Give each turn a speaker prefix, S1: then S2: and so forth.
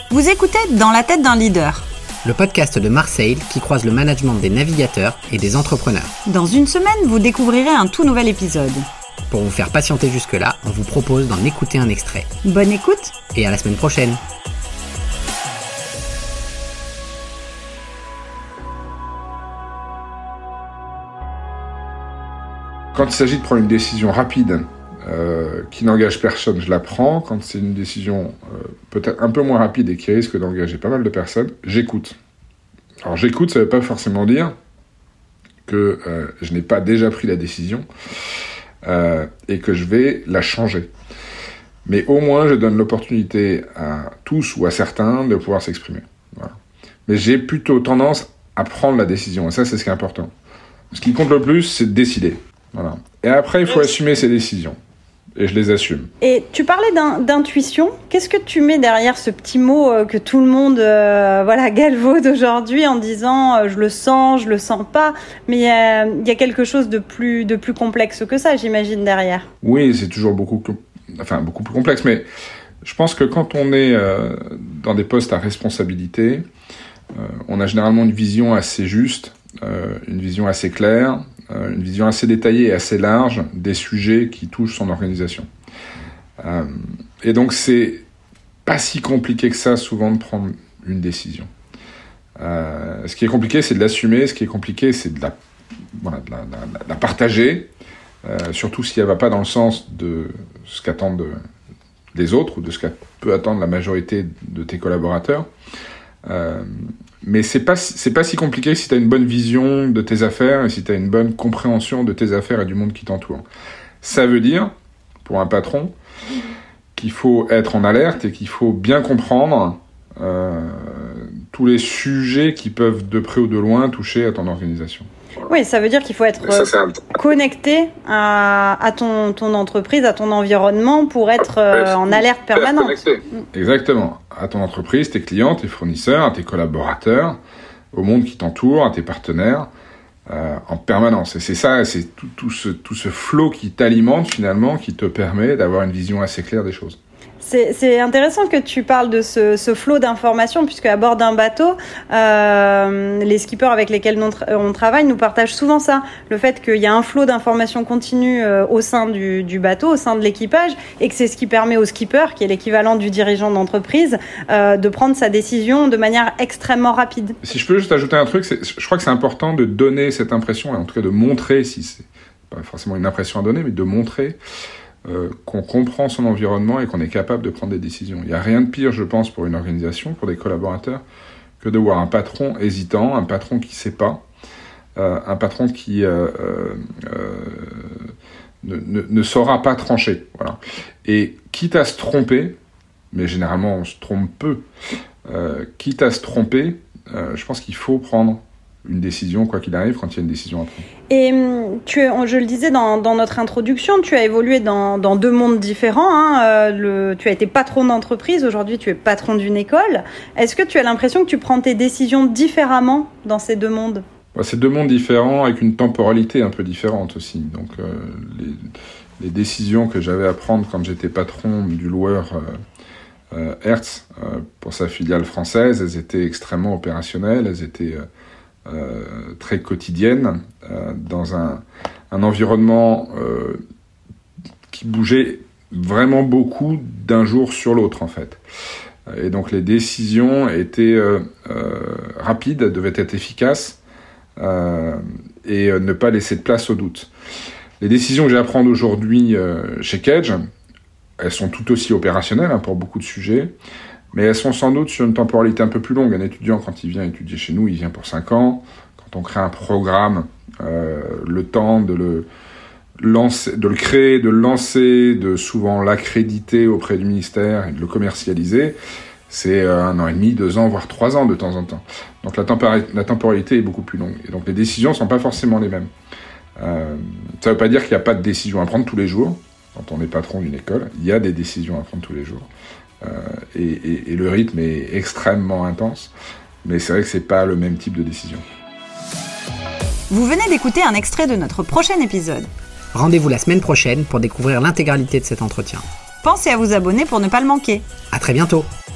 S1: Vous écoutez Dans la tête d'un leader,
S2: le podcast de Marseille qui croise le management des navigateurs et des entrepreneurs.
S1: Dans une semaine, vous découvrirez un tout nouvel épisode.
S2: Pour vous faire patienter jusque-là, on vous propose d'en écouter un extrait.
S1: Bonne écoute
S2: et à la semaine prochaine.
S3: Quand il s'agit de prendre une décision rapide qui n'engage personne, je la prends. Quand c'est une décision peut-être un peu moins rapide et qui risque d'engager pas mal de personnes, j'écoute. Alors j'écoute, ça ne veut pas forcément dire que je n'ai pas déjà pris la décision et que je vais la changer. Mais au moins, je donne l'opportunité à tous ou à certains de pouvoir s'exprimer. Voilà. Mais j'ai plutôt tendance à prendre la décision. Et ça, c'est ce qui est important. Ce qui compte le plus, c'est de décider. Voilà. Et après, il faut assumer ses décisions. Et je les assume.
S1: Et tu parlais d'intuition. Qu'est-ce que tu mets derrière ce petit mot que tout le monde galvaude aujourd'hui en disant je le sens pas. Mais il y a quelque chose de plus complexe que ça, j'imagine, derrière.
S3: Oui, c'est toujours beaucoup plus complexe. Mais je pense que quand on est dans des postes à responsabilité, on a généralement une vision assez juste, une vision assez claire, une vision assez détaillée et assez large des sujets qui touchent son organisation. Et donc, c'est pas si compliqué que ça, souvent, de prendre une décision. Ce qui est compliqué, c'est de l'assumer. Ce qui est compliqué, c'est de la partager, surtout si elle va pas dans le sens de ce qu'attendent les autres ou de ce qu'elle peut attendre la majorité de tes collaborateurs. Mais c'est pas si compliqué si tu as une bonne vision de tes affaires et si tu as une bonne compréhension de tes affaires et du monde qui t'entoure. Ça veut dire, pour un patron, qu'il faut être en alerte et qu'il faut bien comprendre tous les sujets qui peuvent de près ou de loin toucher à ton organisation.
S1: Oui, ça veut dire qu'il faut être connecté à ton entreprise, à ton environnement pour être en alerte permanente.
S3: Exactement. À ton entreprise, tes clients, tes fournisseurs, à tes collaborateurs, au monde qui t'entoure, à tes partenaires, en permanence. Et c'est ça, c'est tout ce flot qui t'alimente finalement, qui te permet d'avoir une vision assez claire des choses.
S1: C'est intéressant que tu parles de ce flot d'informations, puisque à bord d'un bateau, les skippers avec lesquels on travaille nous partagent souvent ça, le fait qu'il y a un flot d'informations continu au sein du bateau, au sein de l'équipage, et que c'est ce qui permet au skipper, qui est l'équivalent du dirigeant d'entreprise, de prendre sa décision de manière extrêmement rapide.
S3: Si je peux juste ajouter un truc, je crois que c'est important de donner cette impression, et en tout cas de montrer, si c'est pas forcément une impression à donner, mais de montrer qu'on comprend son environnement et qu'on est capable de prendre des décisions. Il n'y a rien de pire, je pense, pour une organisation, pour des collaborateurs, que de voir un patron hésitant, un patron qui ne sait pas, un patron qui ne saura pas trancher. Voilà. Et quitte à se tromper, mais généralement on se trompe peu, quitte à se tromper, je pense qu'il faut prendre une décision, quoi qu'il arrive, quand il y a une décision à prendre.
S1: Et je le disais dans notre introduction, tu as évolué dans deux mondes différents. Tu as été patron d'entreprise, aujourd'hui tu es patron d'une école. Est-ce que tu as l'impression que tu prends tes décisions différemment dans ces deux mondes ?
S3: C'est deux mondes différents avec une temporalité un peu différente aussi. Donc les décisions que j'avais à prendre quand j'étais patron du loueur Hertz pour sa filiale française, elles étaient extrêmement opérationnelles, elles étaient très quotidienne, dans un environnement qui bougeait vraiment beaucoup d'un jour sur l'autre en fait. Et donc les décisions étaient rapides, devaient être efficaces et ne pas laisser de place au doute. Les décisions que j'ai à prendre aujourd'hui chez Kedge, elles sont tout aussi opérationnelles pour beaucoup de sujets, mais elles sont sans doute sur une temporalité un peu plus longue. Un étudiant, quand il vient étudier chez nous, il vient pour 5 ans. Quand on crée un programme, le temps de le créer, de le lancer, de souvent l'accréditer auprès du ministère et de le commercialiser, c'est 1 an et demi, 2 ans, voire 3 ans de temps en temps. Donc la temporalité est beaucoup plus longue. Et donc les décisions ne sont pas forcément les mêmes. Ça ne veut pas dire qu'il n'y a pas de décisions à prendre tous les jours. Quand on est patron d'une école, il y a des décisions à prendre tous les jours. Et le rythme est extrêmement intense, mais c'est vrai que c'est pas le même type de décision.
S1: Vous venez d'écouter un extrait de notre prochain épisode.
S2: Rendez-vous la semaine prochaine pour découvrir l'intégralité de cet entretien.
S1: Pensez à vous abonner pour ne pas le manquer.
S2: À très bientôt.